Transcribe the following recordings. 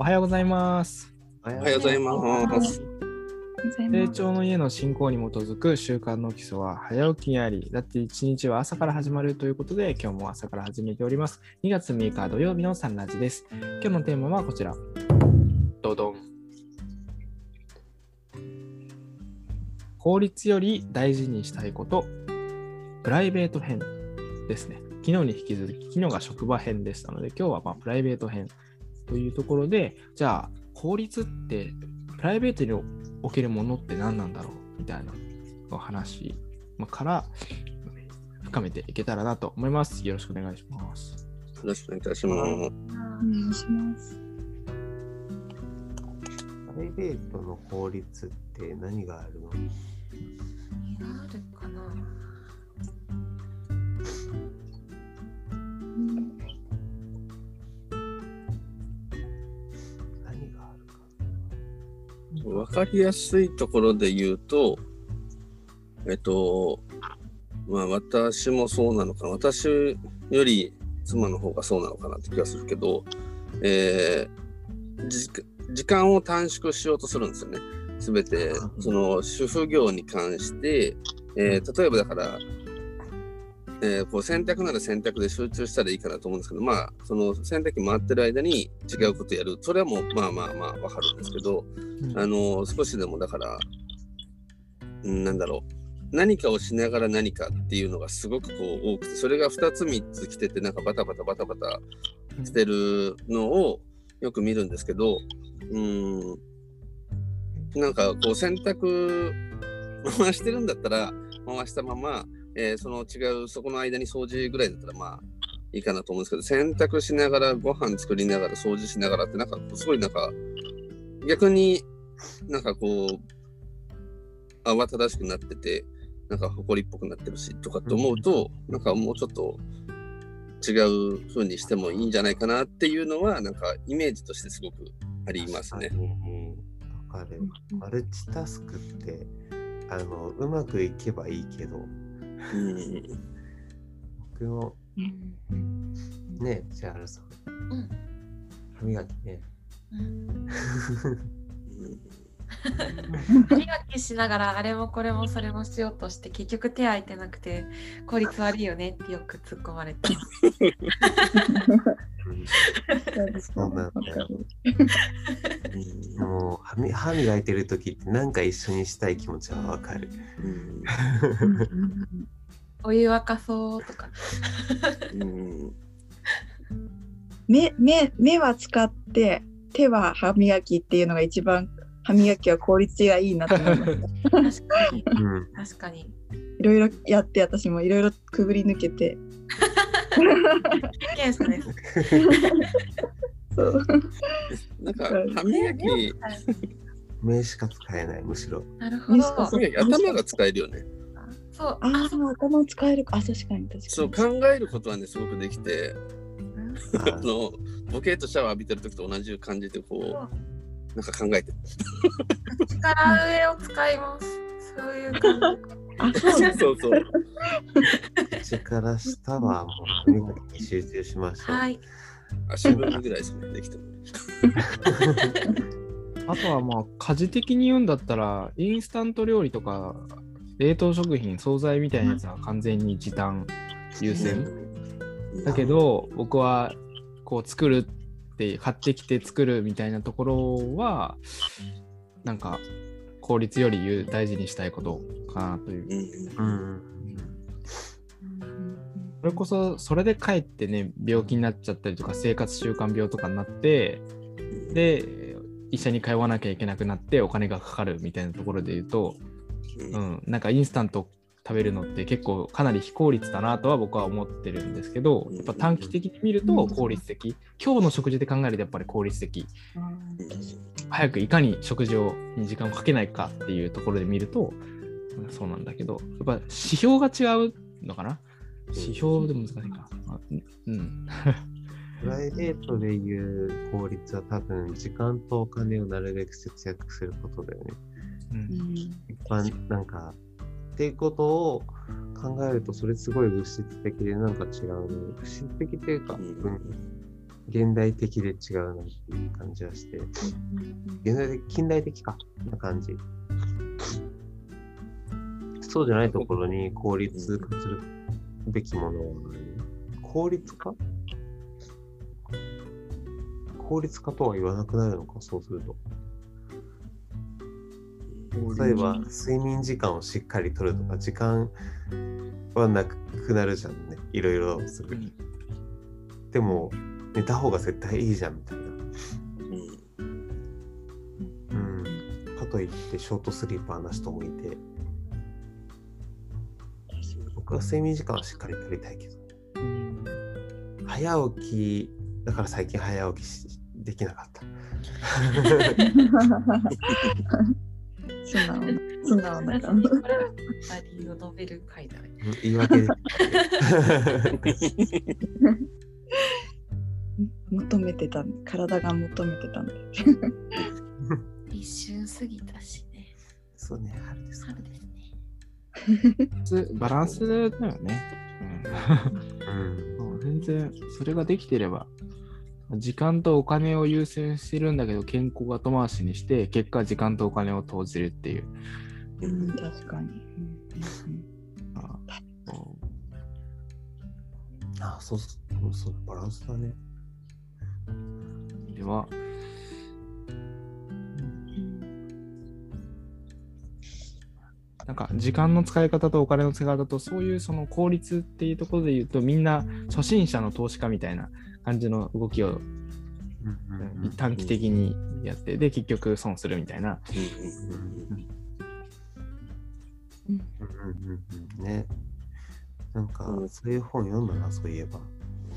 はようございます。 おはようございます。 成長の家の信仰に基づく習慣の基礎は早起きにあり、だって一日は朝から始まるということで、今日も朝から始めております。2月6日土曜日のサンラジです。今日のテーマはこちら。ドドン。効率より大事にしたいこと、プライベート編ですね。昨日に引き続き、昨日が職場編でしたので、今日はプライベート編というところで、じゃあ効率ってプライベートにおけるものって何なんだろうみたいなお話から深めていけたらなと思います。よろしくお願いします。 よろしくお願いいたします。お願いします。 プライベートの効率って何があるの？ 何があるかな。 分かりやすいところで言うと、私もそうなのかな、私より妻の方がそうなのかなって気がするけど、時間を短縮しようとするんですよね。すべてその主婦業に関して、例えばだから、こう洗濯なら洗濯で集中したらいいかなと思うんですけど、その洗濯機回ってる間に違うことやる、それはもう分かるんですけど、少しでもだから何かをしながら何かっていうのがすごくこう多くて、それが2つ3つ来てて、なんかバタバタしてるのをよく見るんですけど、なんかこう洗濯回してるんだったら回したまま、その違うそこの間に掃除ぐらいだったらいいかなと思うんですけど、洗濯しながらご飯作りながら掃除しながらって、なんかすごいなんか逆になんかこう慌ただしくなってて、なんか埃っぽくなってるしとかって思うと、なんかもうちょっと違う風にしてもいいんじゃないかなっていうのは、なんかイメージとしてすごくありますね。 わかる。マルチタスクってうまくいけばいいけど、僕もね、千原さん、歯磨きね。 歯磨きしながらあれもこれもそれもしようとして、結局手空いてなくて効率悪いよねってよく突っ込まれてそうなんだよ。もう歯磨いてる時ってなんか一緒にしたい気持ちはわかる。 お湯沸かそうとか目は使って手は歯磨きっていうのが一番歯磨きは効率がいいなと思いました。 確かにいろいろやって、私もいろいろくぐり抜けてケースです。 そうなんか歯磨き目しか使えない、むしろ。 なるほど。 歯磨き頭が使えるよね。 そう、 頭使えるか。確かにそう考えることはねすごくできて、ボケーとシャワー浴びてる時と同じ感じでこうなんか考えてる。 力上を使います。そういう感じ。 そう口から下はもう歯磨きに集中しましょう。 はい。 足踏みぐらいですね、できても。 あとは家事的に言うんだったら、インスタント料理とか冷凍食品、惣菜みたいなやつは完全に時短優先。だけど僕はこう作るって買ってきて作るみたいなところはなんか効率より大事にしたいことかなという。それこそそれでかえってね、病気になっちゃったりとか生活習慣病とかになって、で医者に通わなきゃいけなくなってお金がかかるみたいなところで言うと、なんかインスタント食べるのって結構かなり非効率だなとは僕は思ってるんですけど、やっぱ短期的に見ると効率的、今日の食事で考えるとやっぱり効率的、早くいかに食事に時間をかけないかっていうところで見るとそうなんだけど、やっぱ指標が違うのかな。指標で難しいか。 プライベートでいう効率は多分時間とお金をなるべく節約することだよね。一般なんかっていうことを考えると、それすごい物質的でなんか違うね。物質的っていうか、 現代的で違うなっていう感じはして、現代的、近代的かな感じ。そうじゃないところに効率化するべきものは、効率化とは言わなくなるのか、そうすると。例えば、睡眠時間をしっかりとるとか、時間はなくなるじゃんね。いろいろする。でも、寝た方が絶対いいじゃんみたいな。かといって、ショートスリーパーな人もいて、僕は睡眠時間はしっかりとりたいけど、早起き、だから最近早起きできなかった。 素直な感じ。 これは理由を述べる回だね。 言い訳で。 求めてた、体が求めてたんで。 一瞬過ぎたしね。 そうね、春ですね。 バランスだよね。全然それができてれば、時間とお金を優先してるんだけど健康が後回しにして結果時間とお金を投じるっていう。 確かに。 そうバランスだね。 では。なんか時間の使い方とお金の使い方とそういうその効率っていうところで言うとみんな初心者の投資家みたいな感じの動きを短期的にやってで結局損するみたいな。 ね。なんかそういう本読んだな、そういえば。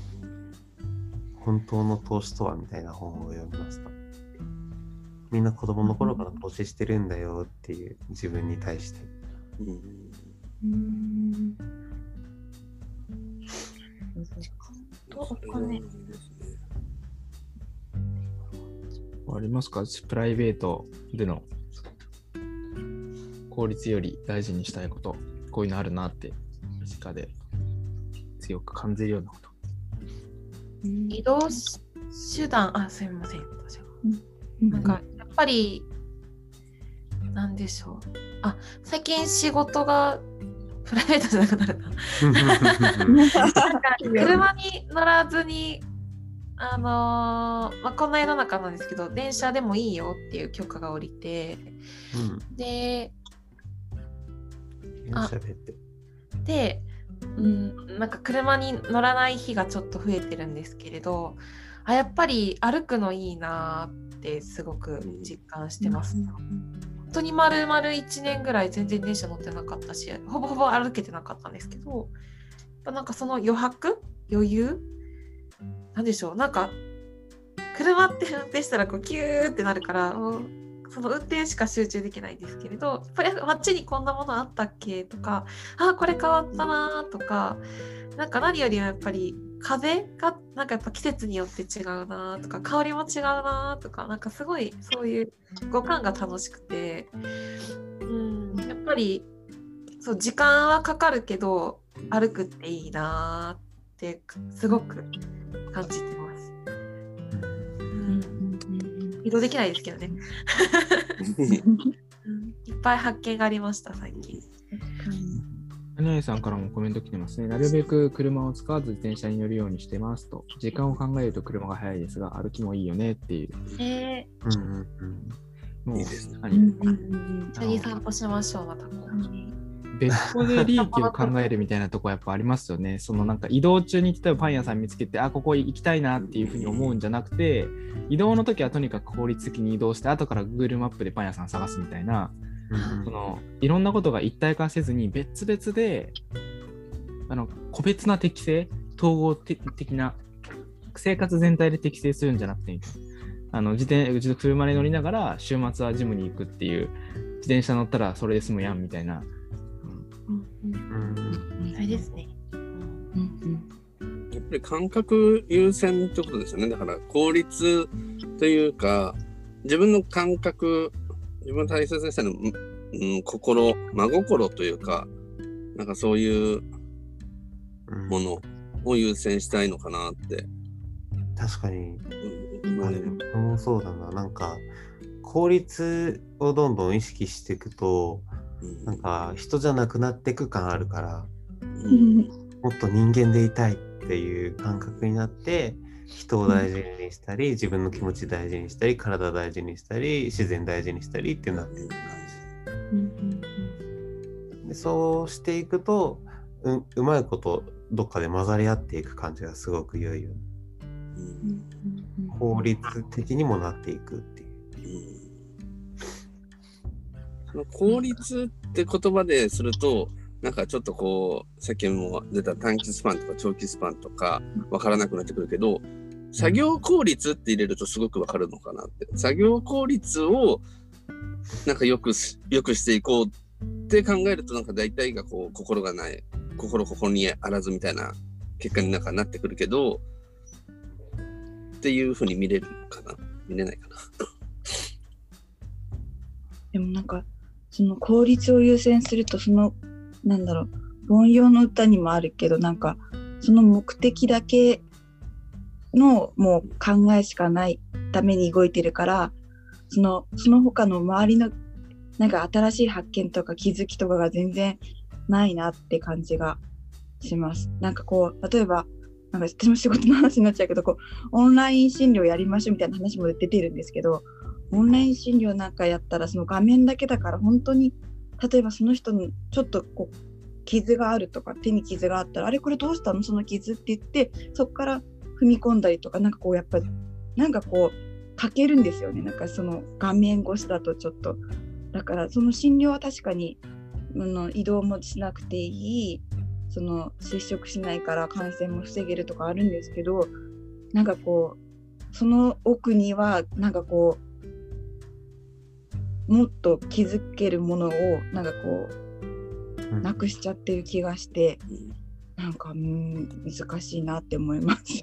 本当の投資とはみたいな本を読みました。みんな子供の頃から投資してるんだよっていう自分に対して。 ありますか？プライベートでの効率より大事にしたいこと、こういうのあるなって身近で強く感じるようなこと。 移動手段、すみません。なんかやっぱりなんでしょう。最近仕事がプライベートじゃなくなるな。なんか車に乗らずにこんな世の中なんですけど、電車でもいいよっていう許可が下りて、で、なんか車に乗らない日がちょっと増えてるんですけれど、やっぱり歩くのいいなってすごく実感してます。本当に丸々1年ぐらい全然電車乗ってなかったし、ほぼほぼ歩けてなかったんですけど、なんかその余裕なんでしょう、なんか車って運転したらこうキューってなるからその運転しか集中できないんですけれど、やっぱり街にこんなものあったっけとか、これ変わったなとか、なんか何よりもやっぱり風がなんかやっぱ季節によって違うなとか、香りも違うなとか、なんかすごいそういう五感が楽しくて、やっぱりそう時間はかかるけど歩くっていいなってすごく感じてます。移動できないですけどね。いっぱい発見がありました最近。 アニさんからもコメント来てますね。なるべく車を使わず自転車に乗るようにしてますと。時間を考えると車が早いですが、歩きもいいよねっていう。 いいですね。 一緒に散歩しましょう、また。 別個で利益を考えるみたいなとこやっぱありますよね。そのなんか移動中に例えばパン屋さん見つけて、ここ行きたいなっていうふうに思うんじゃなくて、移動の時はとにかく効率的に移動して後から Google マップでパン屋さん探すみたいな、そのいろんなことが一体化せずに別々で個別な適正、統合的な生活全体で適正するんじゃなくて、車に乗りながら週末はジムに行くっていう、自転車乗ったらそれで済むやんみたいな。 それですね。 やっぱり感覚優先ってことですよね。だから効率というか、自分の感覚、自分の大切にしたいの、真心というか、なんかそういうものを優先したいのかなって確かに。 うんあれ、そうだな。なんか、効率をどんどん意識していくと、なんか人じゃなくなっていく感あるから、もっと人間でいたいっていう感覚になって、人を大事にしたり、自分の気持ち大事にしたり、体大事にしたり、自然大事にしたりってなっていく感じ。でそうしていくと、うまいことどっかで混ざり合っていく感じがすごく良いよね。効率的にもなっていくっていう。 その効率って言葉ですると、なんかちょっとこう、さっきも出た短期スパンとか長期スパンとか分からなくなってくるけど、作業効率って入れるとすごく分かるのかなって。作業効率をなんかよくしていこうって考えると、なんか大体がこう、心がない、心ここにあらずみたいな結果になんかなってくるけど、っていう風に見れるかな、見れないかな。 でもなんかその効率を優先すると、そのなんだろう、凡庸の歌にもあるけど、なんかその目的だけのもう考えしかないために動いてるから、その他の周りのなんか新しい発見とか気づきとかが全然ないなって感じがします。なんかこう、例えばなんか私も仕事の話になっちゃうけど、こうオンライン診療やりましょうみたいな話も出てるんですけど、オンライン診療なんかやったらその画面だけだから、本当に例えばその人のちょっとこう傷があるとか、手に傷があったら、あれこれどうしたのその傷って言って、そこから踏み込んだりとか、なんかこうやっぱなんかこう書けるんですよね。なんかその画面越しだとちょっと、だからその診療は確かに移動もしなくていい、その接触しないから感染も防げるとかあるんですけど、なんかこうその奥にはなんかこうもっと気づけるものをなんかこうなくしちゃってる気がして、なんか難しいなって思いました。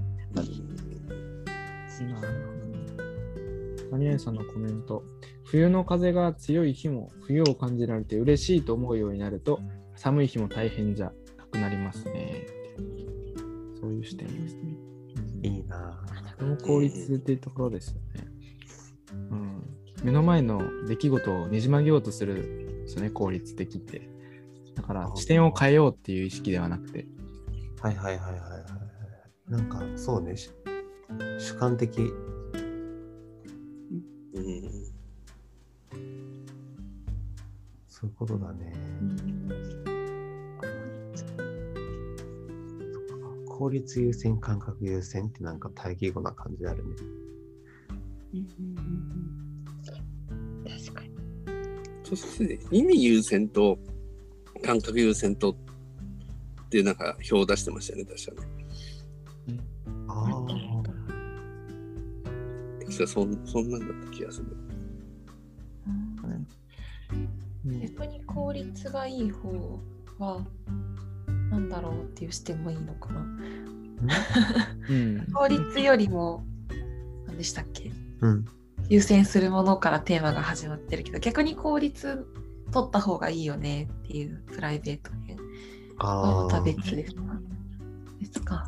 マニアさんのコメント、冬の風が強い日も冬を感じられて嬉しいと思うようになると、寒い日も大変じゃなくなりますね。そういう視点ですね。 いいなぁ。 その効率っていうところですよね。目の前の出来事をねじ曲げようとするんですよね、効率的って。だから視点を変えようっていう意識ではなくて。 はいはいはいはいはい。なんかそうね、主観的。そういうことだね。効率優先、感覚優先ってなんか対義語な感じあるね。 確かに。 そして意味優先と感覚優先とっていうなんか表を出してましたよね、確かね。 ああ。 確かそんなんだった気がする。 逆に効率がいい方はなんだろうっていう視点もいいのかな。効率よりも何でしたっけ、優先するものからテーマが始まってるけど、逆に効率取った方がいいよねっていうプライベートでまた別ですか？ですか？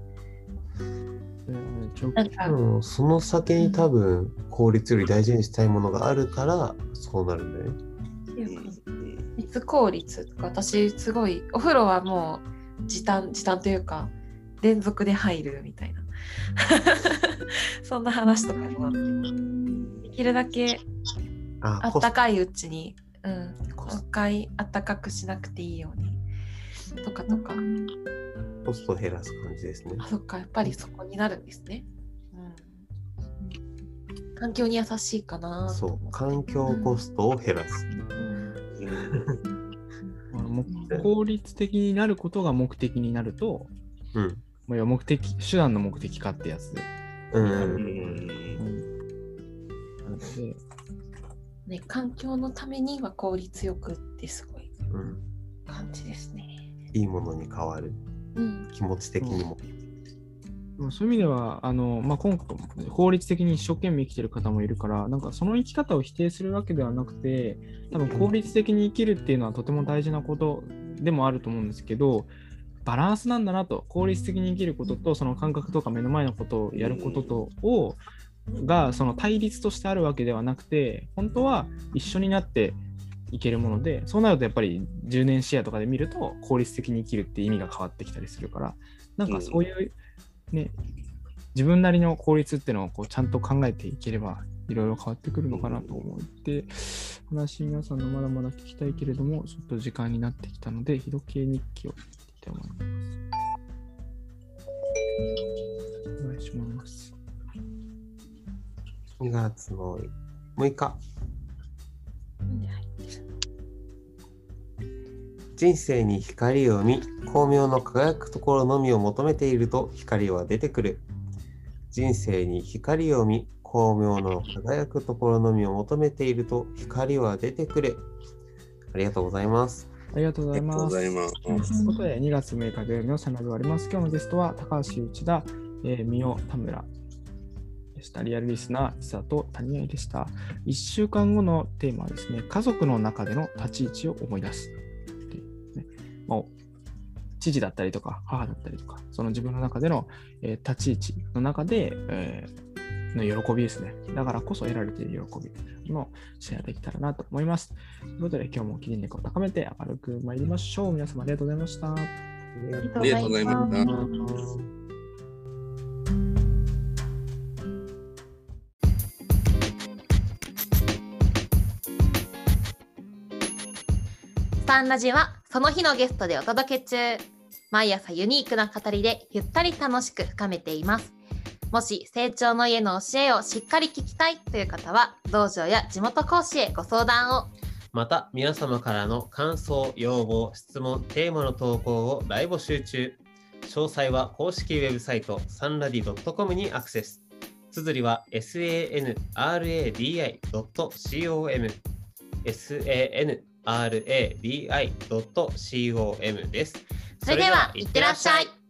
なんかその先に多分効率より大事にしたいものがあるからそうなるんだよね。 熱効率とか、私すごいお風呂はもう時短というか連続で入るみたいなそんな話とかもあって、できるだけあったかいうちにもう一回あったかくしなくていいようにとかコストを減らす感じですね。 あ、そっか、やっぱりそこになるんですね。環境に優しいかな。 そう、環境コストを減らす。 効率的になることが目的になると、もう手段の目的かってやつ。 ね、環境のためには効率よくってすごい感じですね。 いいものに変わる。気持ち的にも。 そういう意味では今回効率的に一生懸命生きてる方もいるから、なんかその生き方を否定するわけではなくて、多分効率的に生きるっていうのはとても大事なことでもあると思うんですけど、 バランスなんだなと、効率的に生きることとその感覚とか目の前のことをやることとがその対立としてあるわけではなくて、本当は一緒になっていけるもので、そうなるとやっぱり10年視野とかで見ると効率的に生きるって意味が変わってきたりするから、なんかそういうね、自分なりの効率っていうのをこうちゃんと考えていければいろいろ変わってくるのかなと思って、話皆さんのまだまだ聞きたいけれども、ちょっと時間になってきたので、日時計日記をやっていきたいと思います。お願いします。 2月の6日。人生に光を見、光明の輝くところのみを求めていると光は出てくる。人生に光を見、光明の輝くところのみを求めていると光は出てくる。ありがとうございます。 ありがとうございます。 ということで、2月6日土曜日のサナで終わります。今日のゲストは高橋内田、三尾田村でした。リアルリスナー、久と谷合でした。1週間後のテーマはですね、家族の中での立ち位置を思い出す。父だったりとか母だったりとか、その自分の中での、立ち位置の中で、の喜びですね。だからこそ得られている喜びというのをシェアできたらなと思います。ということで、今日もキリン力を高めて明るく参りましょう。皆様ありがとうございました。 ありがとうございました。 スタンラジはその日のゲストでお届け中。毎朝ユニークな語りでゆったり楽しく深めています。もし成長の家の教えをしっかり聞きたいという方は、道場や地元講師へご相談を。 また、皆様からの感想、要望、質問、テーマの投稿を大募集中。詳細は公式ウェブサイトサンラディ .com にアクセス。綴りは sanradi.com sanradi.com です。 それでは、いってらっしゃい。